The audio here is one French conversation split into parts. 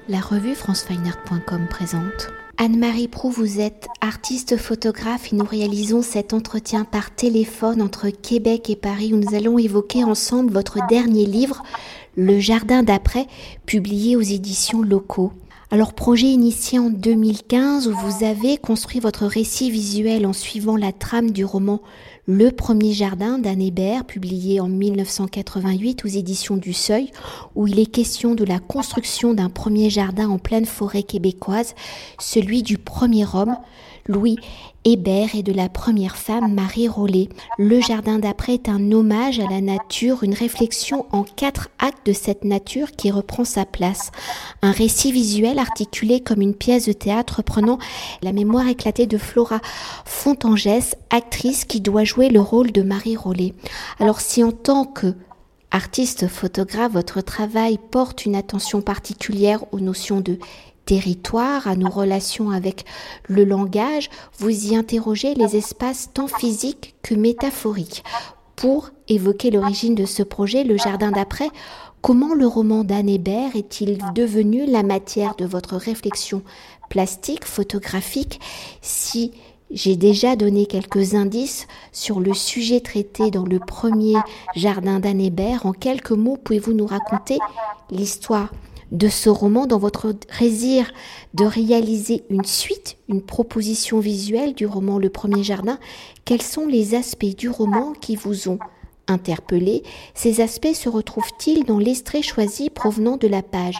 La revue francefineart.com présente. Anne-Marie Proulx, vous êtes artiste photographe et nous réalisons cet entretien par téléphone entre Québec et Paris où nous allons évoquer ensemble votre dernier livre, Le Jardin d'après, publié aux éditions Locaux. Alors, projet initié en 2015 où vous avez construit votre récit visuel en suivant la trame du roman Le Premier Jardin d'Anne Hébert, publié en 1988 aux éditions du Seuil, où il est question de la construction d'un premier jardin en pleine forêt québécoise, celui du premier homme, Louis Hébert, et de la première femme, Marie Rollet. Le Jardin d'après est un hommage à la nature, une réflexion en 4 actes de cette nature qui reprend sa place. Un récit visuel articulé comme une pièce de théâtre reprenant la mémoire éclatée de Flora Fontangès, actrice qui doit jouer le rôle de Marie Rollet. Alors si en tant que artiste photographe, votre travail porte une attention particulière aux notions de territoire, à nos relations avec le langage, vous y interrogez les espaces tant physiques que métaphoriques. Pour évoquer l'origine de ce projet, Le Jardin d'après, comment le roman d'Anne Hébert est-il devenu la matière de votre réflexion plastique, photographique? Si j'ai déjà donné quelques indices sur le sujet traité dans le premier Jardin d'Anne Hébert, en quelques mots, pouvez-vous nous raconter l'histoire de ce roman dans votre désir de réaliser une suite, une proposition visuelle du roman Le Premier Jardin? Quels sont les aspects du roman qui vous ont interpellé? Ces aspects se retrouvent-ils dans l'extrait choisi provenant de la page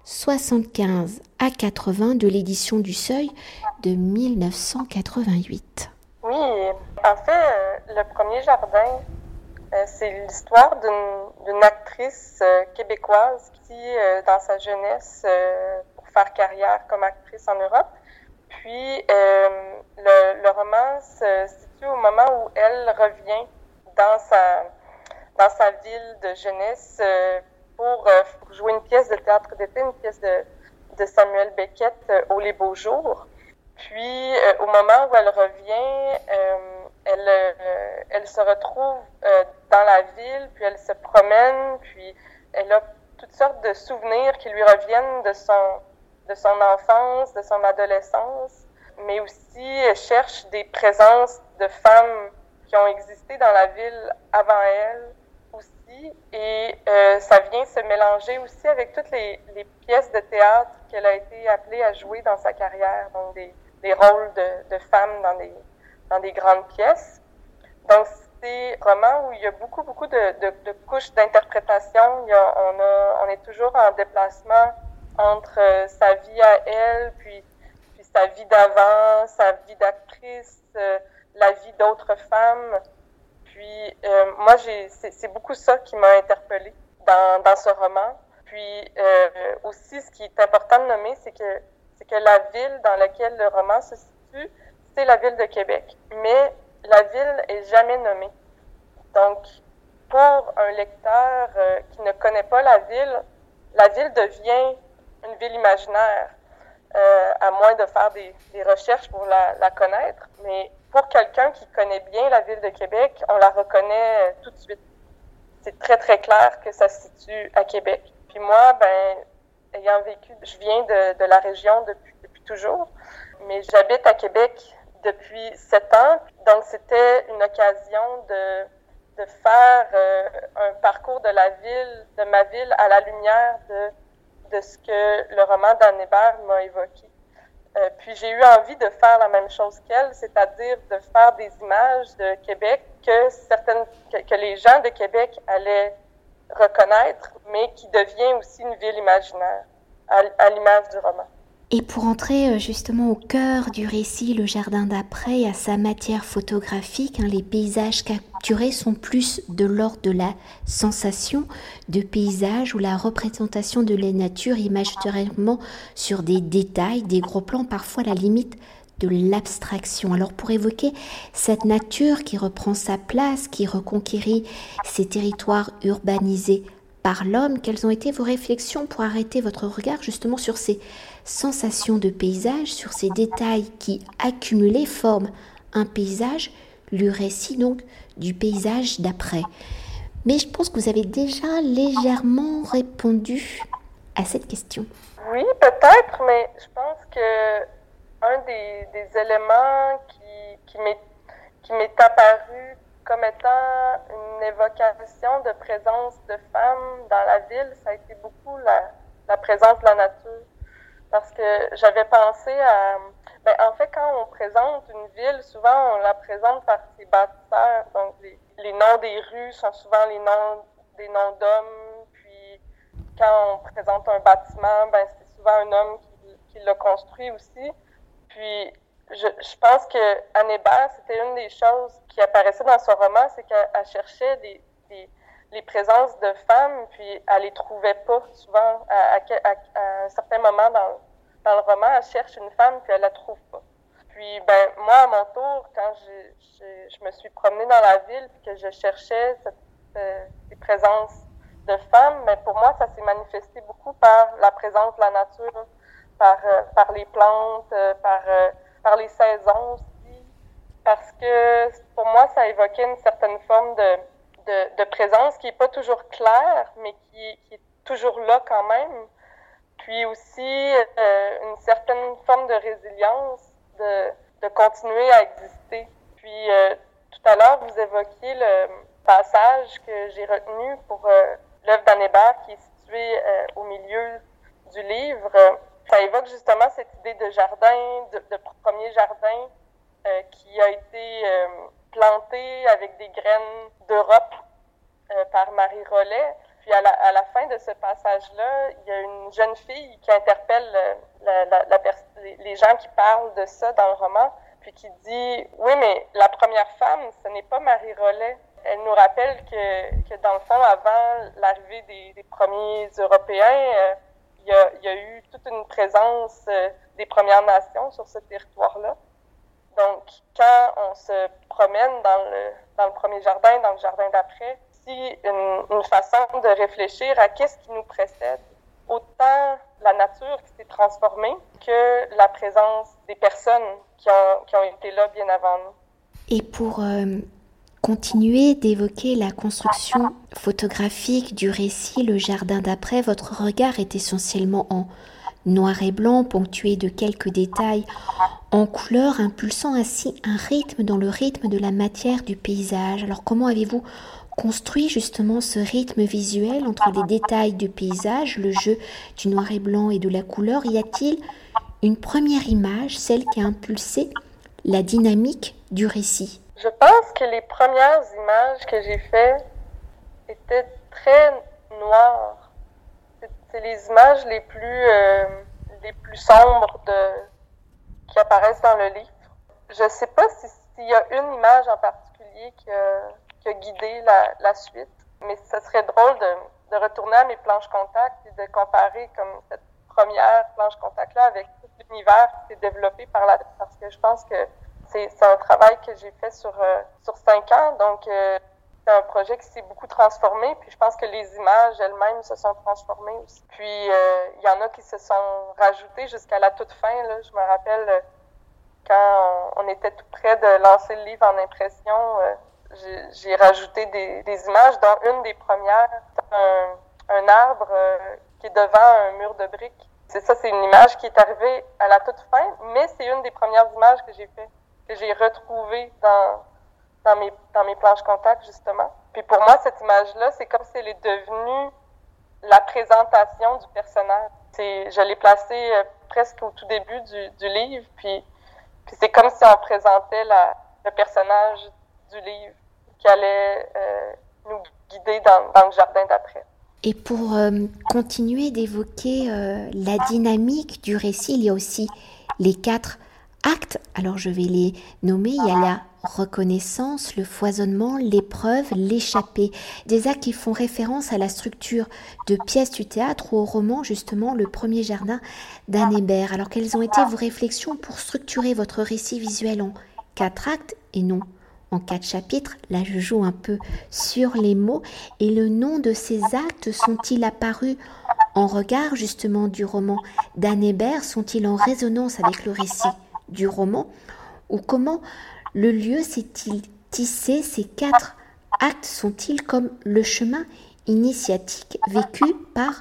75 à 80 de l'édition du Seuil de 1988? Oui, en fait, Le Premier Jardin, c'est l'histoire d'une actrice québécoise qui, dans sa jeunesse, pour faire carrière comme actrice en Europe. Puis, le roman se situe au moment où elle revient dans sa ville de jeunesse pour jouer une pièce de théâtre d'été, une pièce de Samuel Beckett au Les Beaux Jours. Puis, au moment où elle revient, elle se retrouve dans la ville, puis elle se promène, puis elle a toutes sortes de souvenirs qui lui reviennent de son enfance, de son adolescence, mais aussi elle cherche des présences de femmes qui ont existé dans la ville avant elle aussi, et ça vient se mélanger aussi avec toutes les pièces de théâtre qu'elle a été appelée à jouer dans sa carrière, donc des rôles de femmes dans des grandes pièces. Donc, c'est un roman où il y a beaucoup de couches d'interprétation. On est toujours en déplacement entre sa vie à elle, puis sa vie d'avant, sa vie d'actrice, la vie d'autres femmes. Puis, moi, c'est beaucoup ça qui m'a interpellée dans ce roman. Puis, aussi, ce qui est important de nommer, c'est que la ville dans laquelle le roman se situe, c'est la ville de Québec. Mais la ville est jamais nommée. Donc, pour un lecteur qui ne connaît pas la ville devient une ville imaginaire, à moins de faire des recherches pour la connaître. Mais pour quelqu'un qui connaît bien la ville de Québec, on la reconnaît tout de suite. C'est très, très clair que ça se situe à Québec. Puis moi, ayant vécu, je viens de la région depuis toujours, mais j'habite à Québec depuis 7 ans. Donc, c'était une occasion de faire un parcours de ma ville, à la lumière de ce que le roman d'Anne Hébert m'a évoqué. Puis, j'ai eu envie de faire la même chose qu'elle, c'est-à-dire de faire des images de Québec que les gens de Québec allaient reconnaître, mais qui devient aussi une ville imaginaire, à l'image du roman. Et pour entrer justement au cœur du récit, Le Jardin d'après, à sa matière photographique, les paysages capturés sont plus de l'ordre de la sensation de paysage ou la représentation de la nature imaginairement sur des détails, des gros plans, parfois à la limite de l'abstraction. Alors pour évoquer cette nature qui reprend sa place, qui reconquérit ces territoires urbanisés par l'homme, quelles ont été vos réflexions pour arrêter votre regard justement sur ces sensations de paysage, sur ces détails qui, accumulés, forment un paysage, le récit donc du paysage d'après? Mais je pense que vous avez déjà légèrement répondu à cette question. Oui, peut-être, mais je pense que un des éléments qui m'est apparu comme étant une évocation de présence de femmes dans la ville, ça a été beaucoup la présence de la nature. Parce que j'avais pensé à... en fait, quand on présente une ville, souvent on la présente par ses bâtisseurs. Donc, les noms des rues sont souvent des noms d'hommes. Puis, quand on présente un bâtiment, c'est souvent un homme qui l'a construit aussi. Puis, je pense que Anne Hébert, c'était une des choses qui apparaissait dans son roman, c'est qu'elle cherchait les présences de femmes, puis elle les trouvait pas souvent. À un certain moment dans le roman, elle cherche une femme, puis elle la trouve pas. Puis, moi, à mon tour, quand je me suis promenée dans la ville, puis que je cherchais ces présences de femmes, pour moi, ça s'est manifesté beaucoup par la présence de la nature, par les plantes, par les saisons aussi, parce que pour moi, ça évoquait une certaine forme de présence qui est pas toujours claire, mais qui est toujours là quand même. Puis aussi une certaine forme de résilience, de continuer à exister. Puis tout à l'heure, vous évoquiez le passage que j'ai retenu pour l'œuvre d'Anne Hébert qui est située au milieu du livre. Ça évoque justement cette idée de jardin, de premier jardin qui a été planté avec des graines d'Europe par Marie Rollet. Puis à la fin de ce passage-là, il y a une jeune fille qui interpelle les gens qui parlent de ça dans le roman, puis qui dit « Oui, mais la première femme, ce n'est pas Marie Rollet. » Elle nous rappelle que dans le fond, avant l'arrivée des premiers Européens, il y a eu toute une présence des Premières Nations sur ce territoire-là. Donc, quand on se promène dans le premier jardin, dans le jardin d'après, c'est une façon de réfléchir à qu'est-ce qui nous précède. Autant la nature qui s'est transformée que la présence des personnes qui ont été là bien avant nous. Et pour continuer d'évoquer la construction photographique du récit Le Jardin d'après, votre regard est essentiellement en noir et blanc, ponctué de quelques détails en couleur, impulsant ainsi un rythme dans le rythme de la matière du paysage. Alors comment avez-vous construit justement ce rythme visuel entre les détails du paysage, le jeu du noir et blanc et de la couleur? Y a-t-il une première image, celle qui a impulsé la dynamique du récit? Je pense que les premières images que j'ai faites étaient très noires. C'est les images les plus sombres qui apparaissent dans le livre. Je ne sais pas s'il y a une image en particulier qui a guidé la suite, mais ce serait drôle de retourner à mes planches contact et de comparer comme cette première planche contact-là avec tout l'univers qui s'est développé parce que je pense que c'est un travail que j'ai fait sur 5 ans, donc c'est un projet qui s'est beaucoup transformé, puis je pense que les images elles-mêmes se sont transformées aussi. Puis il y en a qui se sont rajoutées jusqu'à la toute fin, là. Je me rappelle quand on était tout près de lancer le livre en impression, j'ai rajouté des images, dont une des premières, un arbre qui est devant un mur de briques. C'est une image qui est arrivée à la toute fin, mais c'est une des premières images que j'ai fait, que j'ai retrouvée dans mes planches contact, justement. Puis pour moi, cette image-là, c'est comme si elle est devenue la présentation du personnage. Je l'ai placée presque au tout début du livre, puis c'est comme si on présentait le personnage du livre qui allait nous guider dans le jardin d'après. Et pour continuer d'évoquer la dynamique du récit, il y a aussi les 4 actes. Alors je vais les nommer. Il y a la reconnaissance, le foisonnement, l'épreuve, l'échappée. Des actes qui font référence à la structure de pièces du théâtre ou au roman, justement, Le Premier Jardin d'Anne Hébert. Alors quelles ont été vos réflexions pour structurer votre récit visuel en 4 actes et non en 4 chapitres? Là, je joue un peu sur les mots. Et le nom de ces actes sont-ils apparus en regard justement du roman d'Anne Hébert? Sont-ils en résonance avec le récit du roman? Ou comment le lieu s'est-il tissé? Ces 4 actes sont-ils comme le chemin initiatique vécu par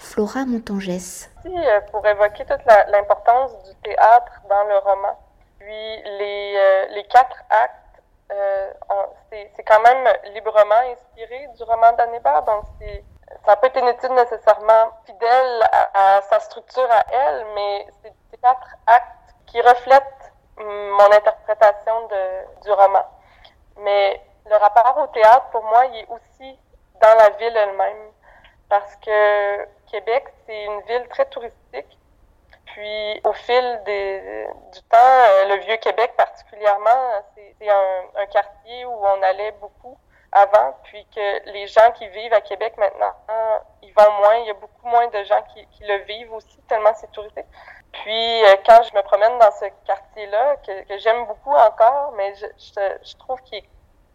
Flora Montangès. Pour évoquer toute l'importance du théâtre dans le roman. Puis les 4 actes, c'est quand même librement inspiré du roman d'Anne Hébert, donc ça n'a pas été une étude nécessairement fidèle à sa structure à elle, mais c'est 4 actes qui reflètent mon interprétation du roman. Mais le rapport au théâtre, pour moi, il est aussi dans la ville elle-même, parce que Québec, c'est une ville très touristique. Puis, au fil du temps, le Vieux-Québec particulièrement, c'est un quartier où on allait beaucoup avant, puis que les gens qui vivent à Québec maintenant, ils vont moins, il y a beaucoup moins de gens qui le vivent aussi, tellement c'est touristique. Puis, quand je me promène dans ce quartier-là, que j'aime beaucoup encore, mais je trouve qu'il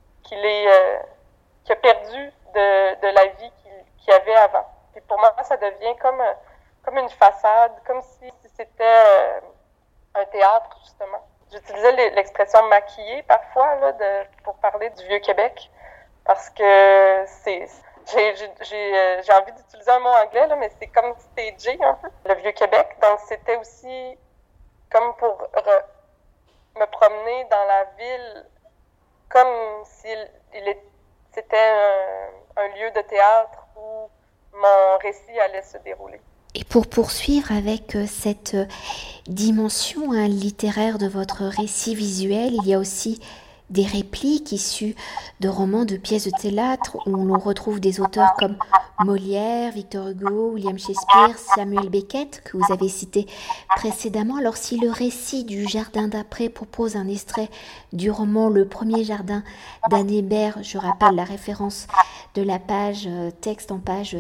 a perdu de la vie qu'il y avait avant. Puis pour moi, ça devient comme une façade, comme si c'était un théâtre, justement. J'utilisais l'expression maquillée parfois là, pour parler du Vieux-Québec, parce que j'ai envie d'utiliser un mot anglais, là, mais c'est comme stagé un peu, le Vieux-Québec. Donc c'était aussi comme pour me promener dans la ville, comme si c'était un lieu de théâtre où mon récit allait se dérouler. Et pour poursuivre avec cette dimension littéraire de votre récit visuel, il y a aussi des répliques issues de romans, de pièces de théâtre où l'on retrouve des auteurs comme Molière, Victor Hugo, William Shakespeare, Samuel Beckett, que vous avez cité précédemment. Alors si le récit du Jardin d'après propose un extrait du roman Le Premier Jardin d'Anne Hébert, je rappelle la référence de la page texte en page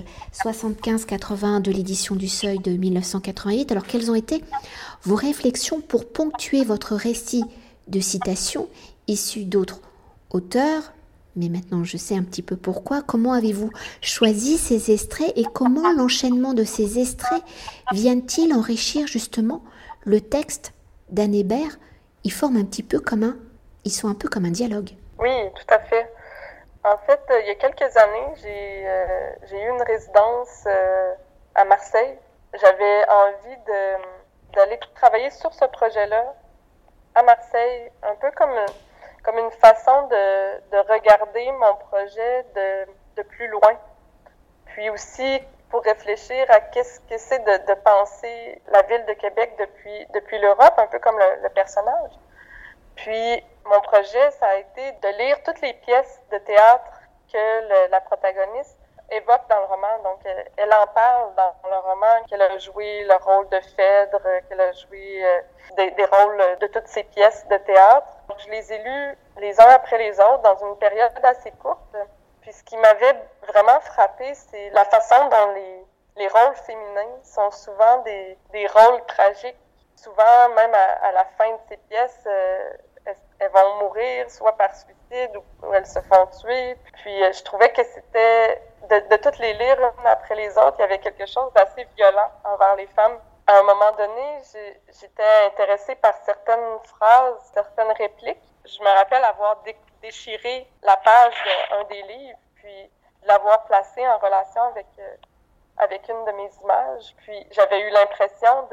75-80 de l'édition du Seuil de 1988. Alors quelles ont été vos réflexions pour ponctuer votre récit de citations issus d'autres auteurs? Mais maintenant je sais un petit peu pourquoi. Comment avez-vous choisi ces extraits et comment l'enchaînement de ces extraits viennent-ils enrichir justement le texte d'Anne Hébert? Ils sont un peu comme un dialogue. Oui, tout à fait. En fait, il y a quelques années, j'ai eu une résidence à Marseille. J'avais envie d'aller travailler sur ce projet-là à Marseille, un peu comme une façon de regarder mon projet de plus loin. Puis aussi pour réfléchir à qu'est-ce que c'est de penser la ville de Québec depuis l'Europe, un peu comme le personnage. Puis mon projet, ça a été de lire toutes les pièces de théâtre que la protagoniste évoque dans le roman. Donc, elle en parle dans le roman, qu'elle a joué le rôle de Phèdre, qu'elle a joué des rôles de toutes ces pièces de théâtre. Donc, je les ai lus les uns après les autres dans une période assez courte. Puis, ce qui m'avait vraiment frappé, c'est la façon dont les rôles féminins sont souvent des rôles tragiques. Souvent, même à la fin de ces pièces, elles vont mourir, soit par suicide ou elles se font tuer. Puis je trouvais que c'était, de toutes les lire l'une après les autres, il y avait quelque chose d'assez violent envers les femmes. À un moment donné, j'étais intéressée par certaines phrases, certaines répliques. Je me rappelle avoir déchiré la page d'un des livres, puis l'avoir placée en relation avec une de mes images. Puis j'avais eu l'impression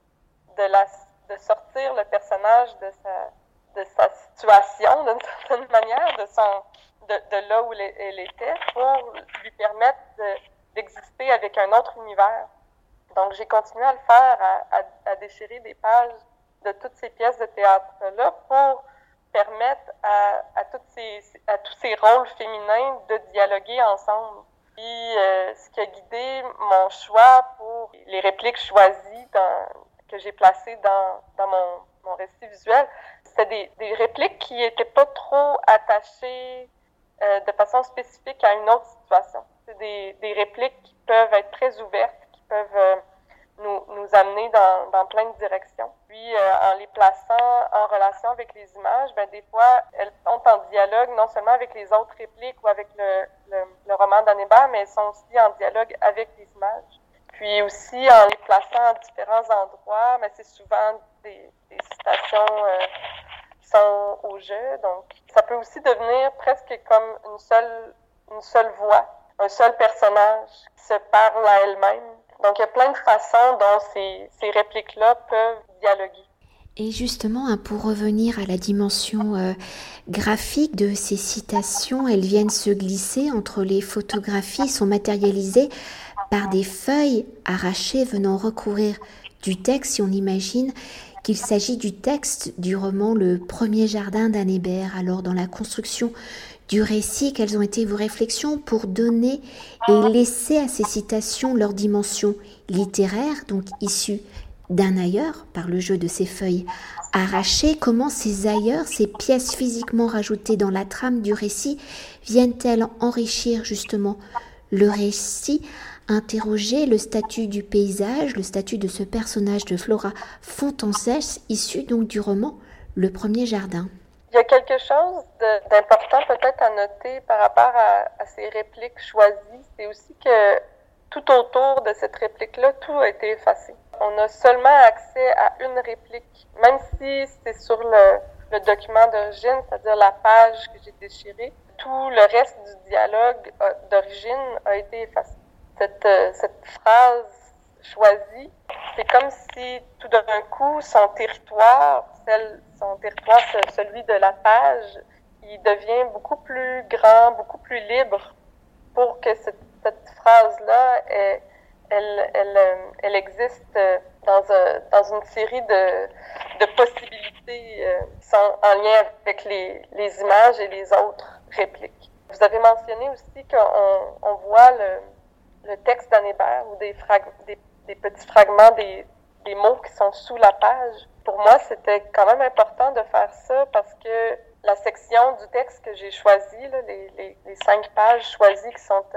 de sortir le personnage de sa situation d'une certaine manière, de là où elle était, pour lui permettre d'exister avec un autre univers. Donc j'ai continué à le faire, à déchirer des pages de toutes ces pièces de théâtre-là pour permettre à tous ces rôles féminins de dialoguer ensemble. Puis ce qui a guidé mon choix pour les répliques choisies que j'ai placées dans mon récit visuel, c'était des répliques qui n'étaient pas trop attachées de façon spécifique à une autre situation. C'est des répliques qui peuvent être très ouvertes, qui peuvent nous amener dans plein de directions. Puis, en les plaçant en relation avec les images, des fois, elles sont en dialogue non seulement avec les autres répliques ou avec le roman d'Anne Hébert, mais elles sont aussi en dialogue avec les images. Puis aussi, en les plaçant à différents endroits, c'est souvent des citations qui sont au jeu. Donc, ça peut aussi devenir presque comme une seule voix, un seul personnage qui se parle à elle-même. Donc, il y a plein de façons dont ces répliques-là peuvent dialoguer. Et justement, pour revenir à la dimension graphique de ces citations, elles viennent se glisser entre les photographies, sont matérialisées par des feuilles arrachées venant recouvrir du texte, si on imagine qu'il s'agit du texte du roman Le Premier Jardin d'Anne Hébert. Alors, dans la construction du récit, quelles ont été vos réflexions pour donner et laisser à ces citations leur dimension littéraire, donc issue d'un ailleurs, par le jeu de ces feuilles arrachées? Comment ces ailleurs, ces pièces physiquement rajoutées dans la trame du récit, viennent-elles enrichir justement le récit, interroger le statut du paysage, le statut de ce personnage de Flora Fontancès, issu donc du roman Le Premier Jardin? Il y a quelque chose d'important peut-être à noter par rapport à ces répliques choisies, c'est aussi que tout autour de cette réplique-là, tout a été effacé. On a seulement accès à une réplique, même si c'est sur le document d'origine, c'est-à-dire la page que j'ai déchirée, tout le reste du dialogue d'origine a été effacé. Cette phrase choisie, c'est comme si tout d'un coup, son territoire, celui de la page, il devient beaucoup plus grand, beaucoup plus libre pour que cette phrase-là, elle existe dans une série de possibilités qui sont en lien avec les images et les autres répliques. Vous avez mentionné aussi qu'on voit le texte d'Anne Hébert ou des petits fragments des mots qui sont sous la page. Pour moi, c'était quand même important de faire ça parce que la section du texte que j'ai choisie, là, les 5 pages choisies qui sont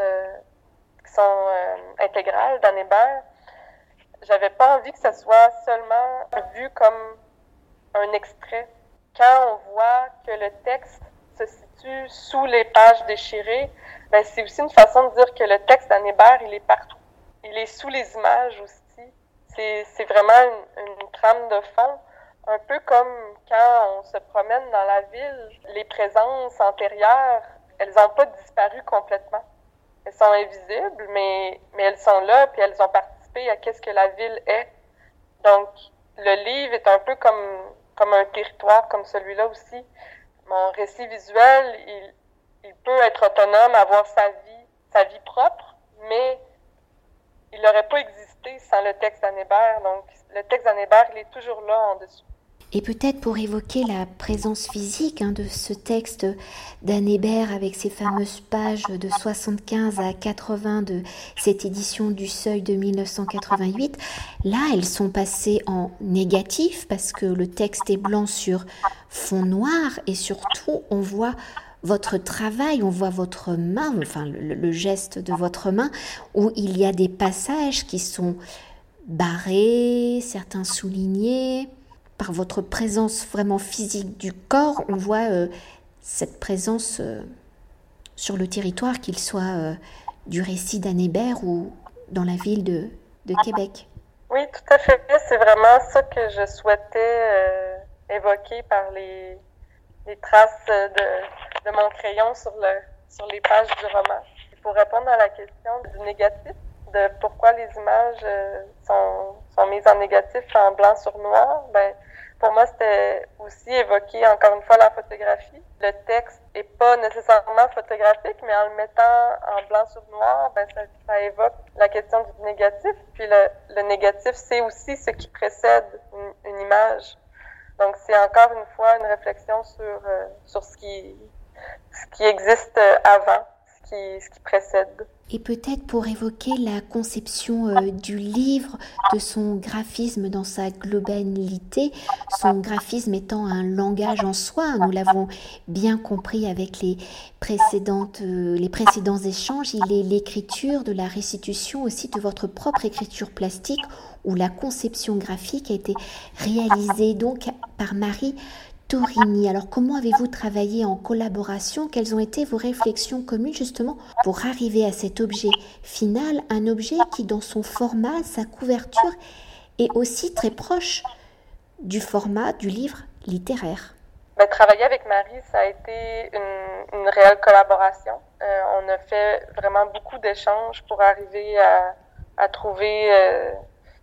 intégrales d'Anne Hébert, j'avais pas envie que ça soit seulement vu comme un extrait. Quand on voit que le texte se situe sous les pages déchirées, ben c'est aussi une façon de dire que le texte d'Anne Hébert, il est partout. Il est sous les images aussi. C'est vraiment une trame de fond. Un peu comme quand on se promène dans la ville, les présences antérieures, elles n'ont pas disparu complètement. Elles sont invisibles, mais elles sont là, puis elles ont participé à qu'est-ce que la ville est. Donc, le livre est un peu comme un territoire, comme celui-là aussi. Mon récit visuel, il peut être autonome, avoir sa vie propre, mais il n'aurait pas existé sans le texte d'Anne Hébert. Donc, le texte d'Anne Hébert, il est toujours là en dessous. Et peut-être pour évoquer la présence physique de ce texte d'Anne Hébert avec ces fameuses pages de 75 à 80 de cette édition du Seuil de 1988, là elles sont passées en négatif parce que le texte est blanc sur fond noir et surtout on voit votre travail, on voit votre main, enfin le geste de votre main où il y a des passages qui sont barrés, certains soulignés. Par votre présence vraiment physique du corps, on voit cette présence sur le territoire, qu'il soit du récit d'Anne Hébert ou dans la ville de Québec. Oui, tout à fait. C'est vraiment ça que je souhaitais évoquer par les traces de mon crayon sur les pages du roman. Pour répondre à la question du négatif, de pourquoi les images sont mises en négatif, en blanc sur noir, ben pour moi, c'était aussi évoquer encore une fois la photographie. Le texte est pas nécessairement photographique, mais en le mettant en blanc sur noir, ben ça évoque la question du négatif. Puis le négatif, c'est aussi ce qui précède une image. Donc, c'est encore une fois une réflexion sur ce qui existe avant, ce qui précède. Et peut-être pour évoquer la conception du livre, de son graphisme dans sa globalité, son graphisme étant un langage en soi, nous l'avons bien compris avec les précédents échanges, il est l'écriture de la restitution aussi de votre propre écriture plastique où la conception graphique a été réalisée donc par Marie Torini. Alors, comment avez-vous travaillé en collaboration? Quelles ont été vos réflexions communes justement pour arriver à cet objet final, un objet qui dans son format, sa couverture, est aussi très proche du format du livre littéraire? Travailler avec Marie, ça a été une réelle collaboration. On a fait vraiment beaucoup d'échanges pour arriver à trouver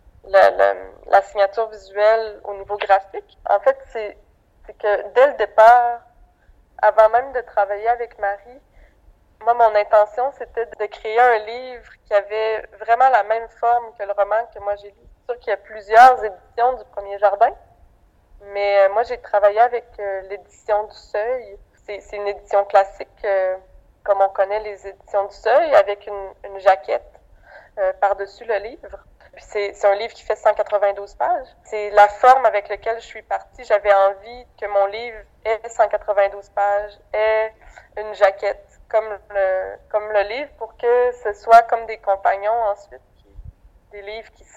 la signature visuelle au niveau graphique. En fait, c'est que dès le départ, avant même de travailler avec Marie, moi, mon intention, c'était de créer un livre qui avait vraiment la même forme que le roman que moi j'ai lu. C'est sûr qu'il y a plusieurs éditions du Premier Jardin, mais moi, j'ai travaillé avec l'édition du Seuil. C'est une édition classique, comme on connaît les éditions du Seuil, avec une jaquette par-dessus le livre. Puis c'est un livre qui fait 192 pages. C'est la forme avec laquelle je suis partie. J'avais envie que mon livre ait 192 pages, ait une jaquette comme le livre, pour que ce soit comme des compagnons ensuite, des livres qui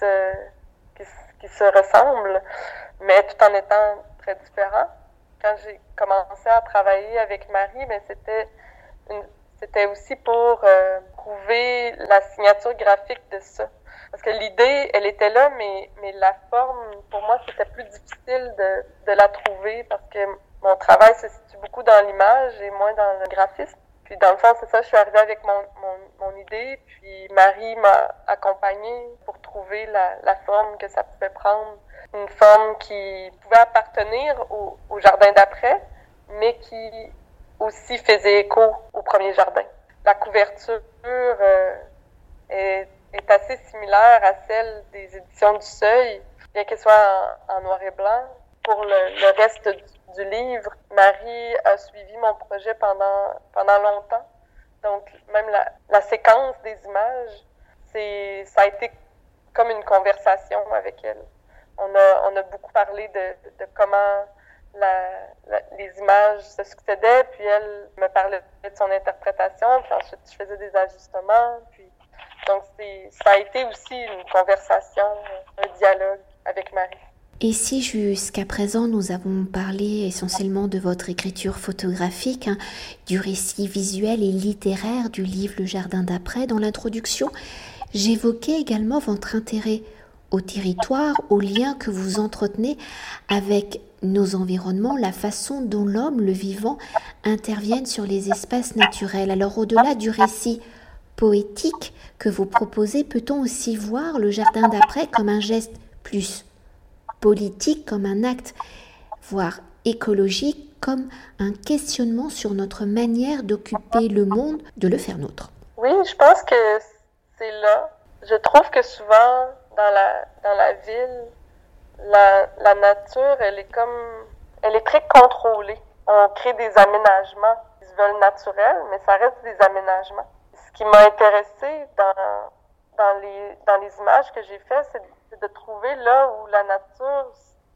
se ressemblent, mais tout en étant très différents. Quand j'ai commencé à travailler avec Marie, mais c'était aussi pour trouver la signature graphique de ça. Parce que l'idée, elle était là, mais la forme, pour moi, c'était plus difficile de la trouver parce que mon travail se situe beaucoup dans l'image et moins dans le graphisme. Puis dans le fond, c'est ça, je suis arrivée avec mon idée, puis Marie m'a accompagnée pour trouver la forme que ça pouvait prendre. Une forme qui pouvait appartenir au jardin d'après, mais qui aussi faisait écho au premier jardin. La couverture est assez similaire à celle des éditions du Seuil, bien qu'elle soit en noir et blanc. Pour le reste du livre, Marie a suivi mon projet pendant longtemps. Donc, même la séquence des images, ça a été comme une conversation avec elle. On a beaucoup parlé de comment les images se succédaient, puis elle me parlait de son interprétation, puis ensuite je faisais des ajustements. Donc, ça a été aussi une conversation, un dialogue avec Marie. Et si jusqu'à présent nous avons parlé essentiellement de votre écriture photographique, du récit visuel et littéraire du livre Le Jardin d'après, dans l'introduction, j'évoquais également votre intérêt au territoire, aux liens que vous entretenez avec nos environnements, la façon dont l'homme, le vivant, interviennent sur les espaces naturels. Alors au-delà du récit poétique que vous proposez, peut-on aussi voir le jardin d'après comme un geste plus politique, comme un acte, voire écologique, comme un questionnement sur notre manière d'occuper le monde, de le faire nôtre? Oui, je pense que c'est là. Je trouve que souvent, dans la ville, la nature, elle est très contrôlée. On crée des aménagements qui se veulent naturels, mais ça reste des aménagements. Ce qui m'a intéressée dans les images que j'ai faites, c'est de trouver là où la nature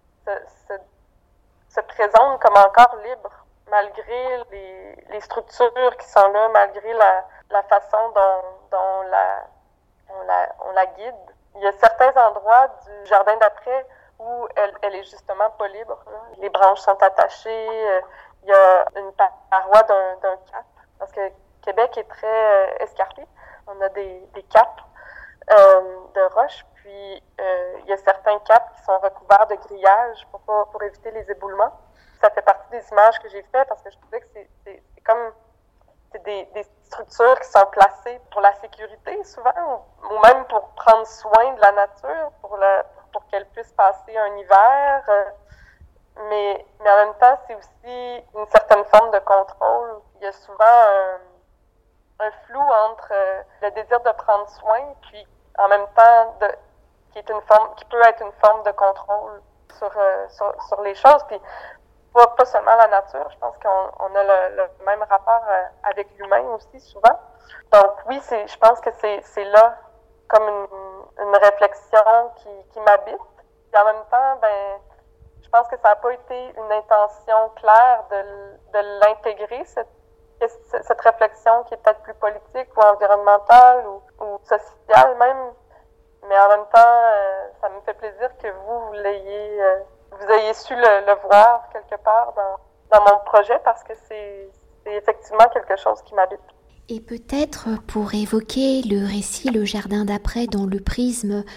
se présente comme encore libre, malgré les structures qui sont là, malgré la façon dont on la guide. Il y a certains endroits du jardin d'après où elle est justement pas libre. Là. Les branches sont attachées, il y a une paroi d'un cap, parce que Québec est très escarpé. On a des caps de roches, puis il y a certains caps qui sont recouverts de grillages pour éviter les éboulements. Ça fait partie des images que j'ai faites parce que je trouvais que c'est comme des structures qui sont placées pour la sécurité souvent, ou même pour prendre soin de la nature, pour qu'elle puisse passer un hiver. Mais en même temps, c'est aussi une certaine forme de contrôle. Il y a souvent un flou entre le désir de prendre soin, puis en même temps qui peut être une forme de contrôle sur les choses. Puis pas seulement la nature, je pense qu'on a le même rapport avec l'humain aussi souvent. Donc oui, je pense que c'est là comme une réflexion qui m'habite. Puis en même temps, je pense que ça n'a pas été une intention claire de l'intégrer, cette réflexion qui est peut-être plus politique ou environnementale ou sociale même. Mais en même temps, ça me fait plaisir que vous ayez su le voir quelque part dans mon projet, parce que c'est effectivement quelque chose qui m'habite. Et peut-être pour évoquer le récit Le Jardin d'après dans le prisme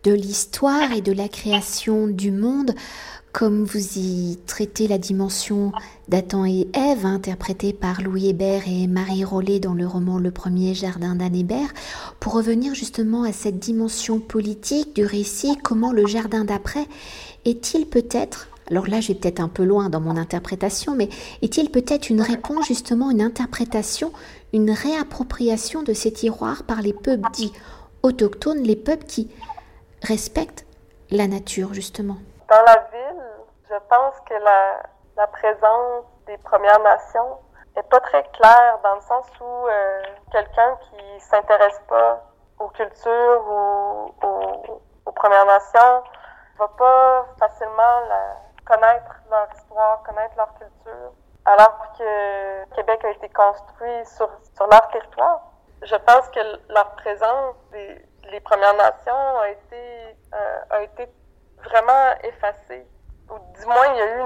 de l'histoire et de la création du monde, comme vous y traitez la dimension d'Adam et Ève, interprétée par Louis Hébert et Marie Rollet dans le roman Le Premier Jardin d'Anne Hébert, pour revenir justement à cette dimension politique du récit, comment le jardin d'après est-il peut-être, alors là je vais peut-être un peu loin dans mon interprétation, mais est-il peut-être une réponse justement, une interprétation, une réappropriation de ces tiroirs par les peuples dits autochtones, les peuples qui respectent la nature justement? Dans la ville, je pense que la présence des Premières Nations est pas très claire dans le sens où quelqu'un qui s'intéresse pas aux cultures ou aux Premières Nations va pas facilement connaître leur histoire, connaître leur culture, alors que Québec a été construit sur leur territoire. Je pense que leur présence, les Premières Nations, a été vraiment effacée. Ou du moins, il y a eu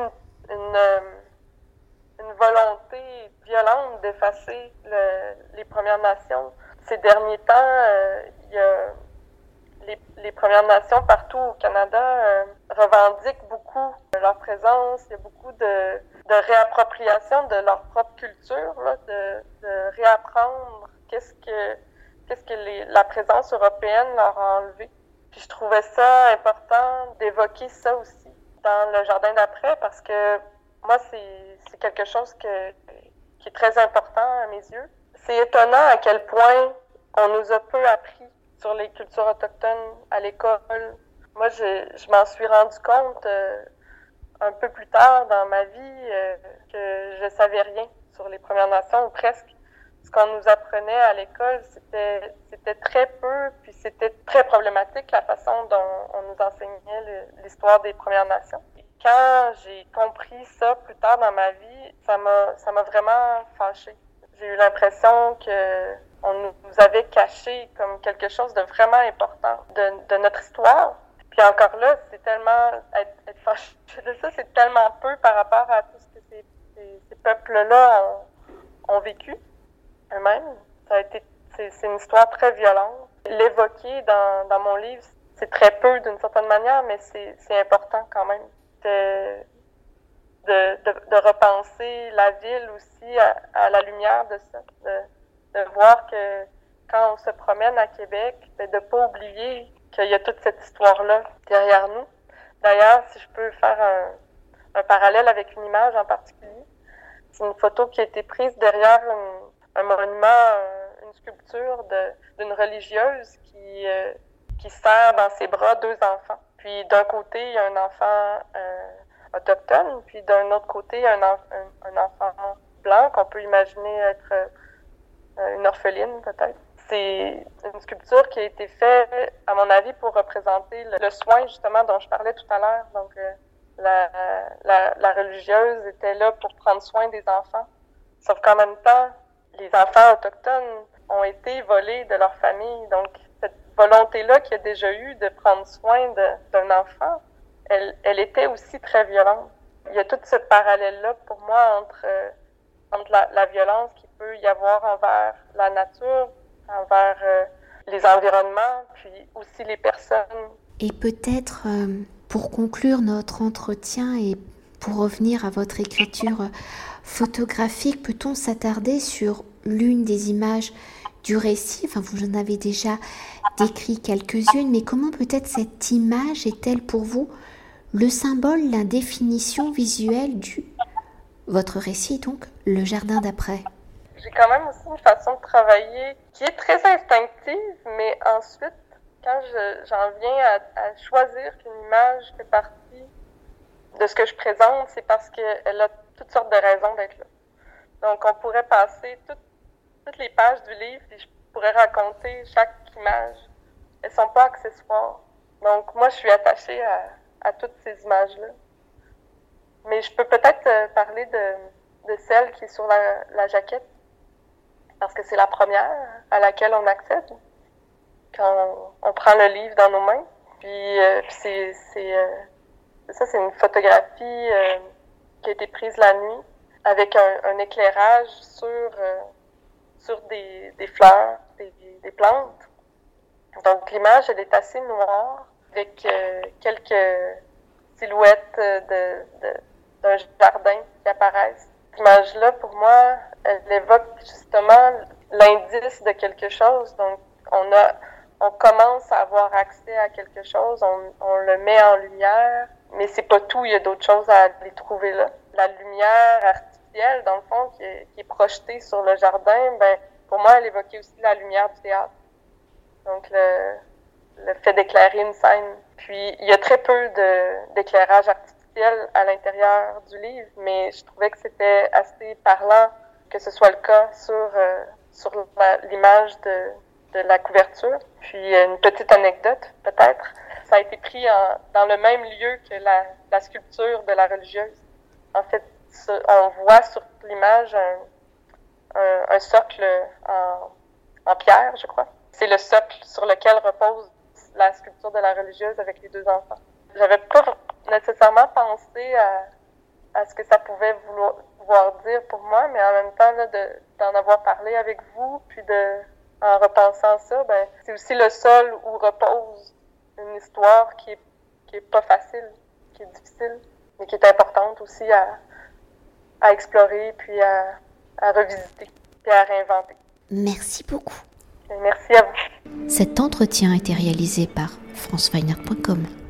une volonté violente d'effacer les Premières Nations. Ces derniers temps, il y a les Premières Nations partout au Canada revendiquent beaucoup leur présence. Il y a beaucoup de réappropriation de leur propre culture, là, de réapprendre qu'est-ce que la présence européenne leur a enlevé. Puis je trouvais ça important d'évoquer ça aussi dans le jardin d'après parce que moi, c'est quelque chose qui est très important à mes yeux. C'est étonnant à quel point on nous a peu appris sur les cultures autochtones à l'école. Moi, je m'en suis rendu compte un peu plus tard dans ma vie que je savais rien sur les Premières Nations, ou presque. Ce qu'on nous apprenait à l'école, c'était très peu, puis c'était très problématique la façon dont on nous enseignait l'histoire des Premières Nations. Et quand j'ai compris ça plus tard dans ma vie, ça m'a vraiment fâchée. J'ai eu l'impression que on nous avait caché comme quelque chose de vraiment important de notre histoire. Puis encore là, c'est tellement être fâché de ça, c'est tellement peu par rapport à tout ce que ces peuples-là ont vécu eux-mêmes. C'est une histoire très violente. L'évoquer dans mon livre, c'est très peu d'une certaine manière, mais c'est important quand même de repenser la ville aussi à la lumière de ça, de voir que quand on se promène à Québec, de pas oublier qu'il y a toute cette histoire-là derrière nous. D'ailleurs, si je peux faire un parallèle avec une image en particulier, c'est une photo qui a été prise derrière un monument, une sculpture d'une religieuse qui serre dans ses bras deux enfants. Puis d'un côté, il y a un enfant autochtone, puis d'un autre côté, il y a un enfant blanc qu'on peut imaginer être une orpheline peut-être. C'est une sculpture qui a été faite, à mon avis, pour représenter le soin justement dont je parlais tout à l'heure. Donc la religieuse était là pour prendre soin des enfants. Sauf qu'en même temps, les enfants autochtones ont été volés de leur famille. Donc cette volonté-là qu'il y a déjà eu de prendre soin d'un enfant, elle était aussi très violente. Il y a tout ce parallèle-là pour moi entre la violence qu'il peut y avoir envers la nature, envers les environnements, puis aussi les personnes. Et peut-être, pour conclure notre entretien et pour revenir à votre écriture photographique, peut-on s'attarder sur l'une des images du récit? Enfin, vous en avez déjà décrit quelques-unes, mais comment peut-être cette image est-elle pour vous le symbole, la définition visuelle votre récit, donc, le jardin d'après? J'ai quand même aussi une façon de travailler qui est très instinctive, mais ensuite, quand j'en viens à choisir qu'une image fait partie de ce que je présente, c'est parce qu'elle a toutes sortes de raisons d'être là. Donc, on pourrait passer toutes les pages du livre et je pourrais raconter chaque image. Elles sont pas accessoires. Donc, moi, je suis attachée à toutes ces images-là. Mais je peux peut-être parler de celle qui est sur la jaquette, parce que c'est la première à laquelle on accède quand on prend le livre dans nos mains. Puis c'est une photographie qui a été prise la nuit avec un éclairage sur des fleurs, des plantes. Donc l'image, elle est assez noire. avec quelques silhouettes d'un jardin qui apparaissent. Cette image-là, pour moi, elle évoque justement l'indice de quelque chose. Donc, on commence à avoir accès à quelque chose, on le met en lumière, mais c'est pas tout, il y a d'autres choses à aller trouver là. La lumière artificielle, dans le fond, qui est projetée sur le jardin, ben, pour moi, elle évoquait aussi la lumière du théâtre. Donc, le fait d'éclairer une scène. Puis, il y a très peu d'éclairage artificiel à l'intérieur du livre, mais je trouvais que c'était assez parlant que ce soit le cas sur l'image de la couverture. Puis, une petite anecdote, peut-être. Ça a été pris dans le même lieu que la sculpture de la religieuse. En fait, on voit sur l'image un socle en pierre, je crois. C'est le socle sur lequel repose la sculpture de la religieuse avec les deux enfants. J'avais pas nécessairement pensé à ce que ça pouvait vouloir dire pour moi, mais en même temps, là, d'en avoir parlé avec vous, puis en repensant ça, ben, c'est aussi le sol où repose une histoire qui est pas facile, qui est difficile, mais qui est importante aussi à explorer, puis à revisiter, puis à réinventer. Merci beaucoup. Et merci à vous. Cet entretien a été réalisé par franceweiner.com.